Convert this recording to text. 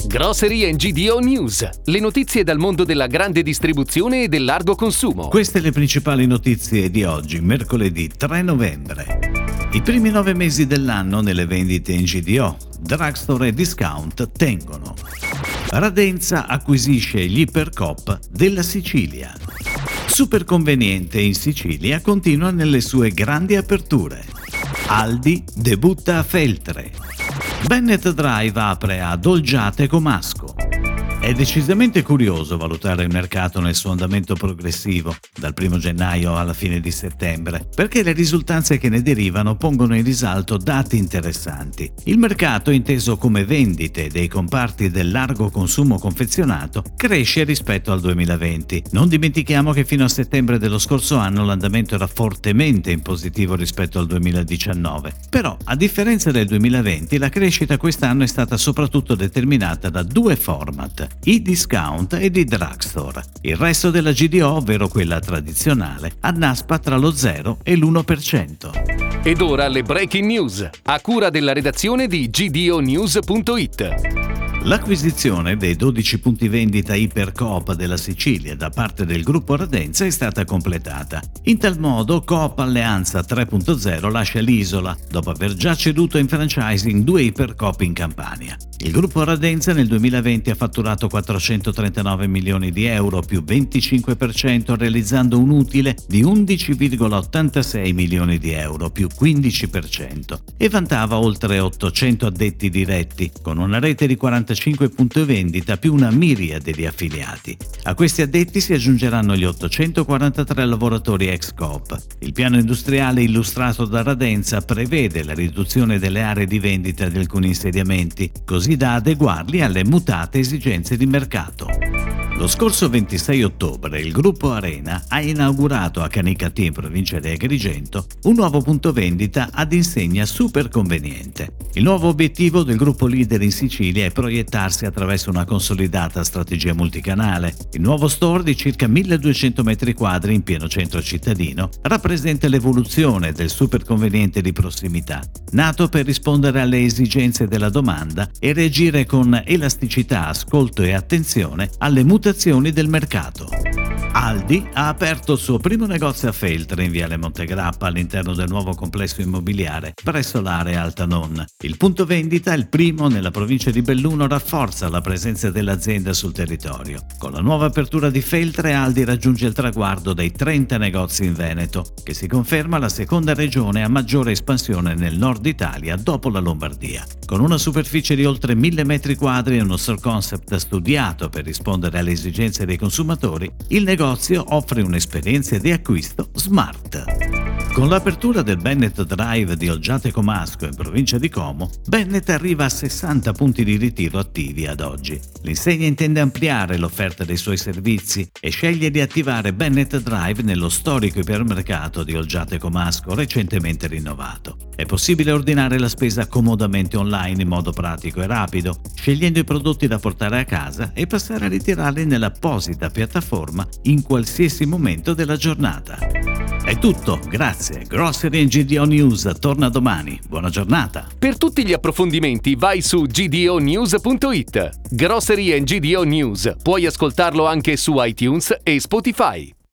Grocery GDO News, le notizie dal mondo della grande distribuzione e del largo consumo. Queste le principali notizie di oggi, mercoledì 3 novembre. I primi 9 mesi dell'anno nelle vendite in GDO, drugstore e discount tengono. Radenza acquisisce gli Ipercoop della Sicilia. Superconveniente in Sicilia continua nelle sue grandi aperture. Aldi debutta a Feltre. Bennett Drive apre a Olgiate Comasco. È decisamente curioso valutare il mercato nel suo andamento progressivo, dal 1 gennaio alla fine di settembre, perché le risultanze che ne derivano pongono in risalto dati interessanti. Il mercato, inteso come vendite dei comparti del largo consumo confezionato, cresce rispetto al 2020. Non dimentichiamo che fino a settembre dello scorso anno l'andamento era fortemente in positivo rispetto al 2019. Però, a differenza del 2020, la crescita quest'anno è stata soprattutto determinata da due format: i discount ed i drugstore. Il resto della GDO, ovvero quella tradizionale, annaspa tra lo 0 e l'1%. Ed ora le breaking news, a cura della redazione di gdonews.it. L'acquisizione dei 12 punti vendita Ipercoop della Sicilia da parte del gruppo Radenza è stata completata. In tal modo Coop Alleanza 3.0 lascia l'isola, dopo aver già ceduto in franchising 2 Ipercoop in Campania. Il gruppo Radenza nel 2020 ha fatturato 439 milioni di euro più 25%, realizzando un utile di 11,86 milioni di euro più 15% e vantava oltre 800 addetti diretti, con una rete di 45 punti vendita più una miriade di affiliati. A questi addetti si aggiungeranno gli 843 lavoratori ex Coop. Il piano industriale illustrato da Radenza prevede la riduzione delle aree di vendita di alcuni insediamenti, così da adeguarli alle mutate esigenze di mercato. Lo scorso 26 ottobre il gruppo Arena ha inaugurato a Canicattì, in provincia di Agrigento, un nuovo punto vendita ad insegna Superconveniente. Il nuovo obiettivo del gruppo leader in Sicilia è proiettarsi attraverso una consolidata strategia multicanale. Il nuovo store di circa 1200 metri quadri in pieno centro cittadino rappresenta l'evoluzione del Superconveniente di prossimità, nato per rispondere alle esigenze della domanda e reagire con elasticità, ascolto e attenzione alle mutazioni del mercato. Aldi ha aperto il suo primo negozio a Feltre in Viale Montegrappa all'interno del nuovo complesso immobiliare presso l'area Altanon. Il punto vendita, il primo nella provincia di Belluno, rafforza la presenza dell'azienda sul territorio. Con la nuova apertura di Feltre, Aldi raggiunge il traguardo dei 30 negozi in Veneto, che si conferma la seconda regione a maggiore espansione nel nord Italia dopo la Lombardia. Con una superficie di oltre 1000 metri quadri e uno store concept studiato per rispondere alle esigenze dei consumatori, il negozio offre un'esperienza di acquisto smart. Con l'apertura del Bennett Drive di Olgiate Comasco in provincia di Como, Bennett arriva a 60 punti di ritiro attivi ad oggi. L'insegna intende ampliare l'offerta dei suoi servizi e sceglie di attivare Bennett Drive nello storico ipermercato di Olgiate Comasco, recentemente rinnovato. È possibile ordinare la spesa comodamente online in modo pratico e rapido, scegliendo i prodotti da portare a casa e passare a ritirarli nell'apposita piattaforma in qualsiasi momento della giornata. È tutto, grazie. Grocery GDO News torna domani. Buona giornata. Per tutti gli approfondimenti vai su gdonews.it. Grocery GDO News, puoi ascoltarlo anche su iTunes e Spotify.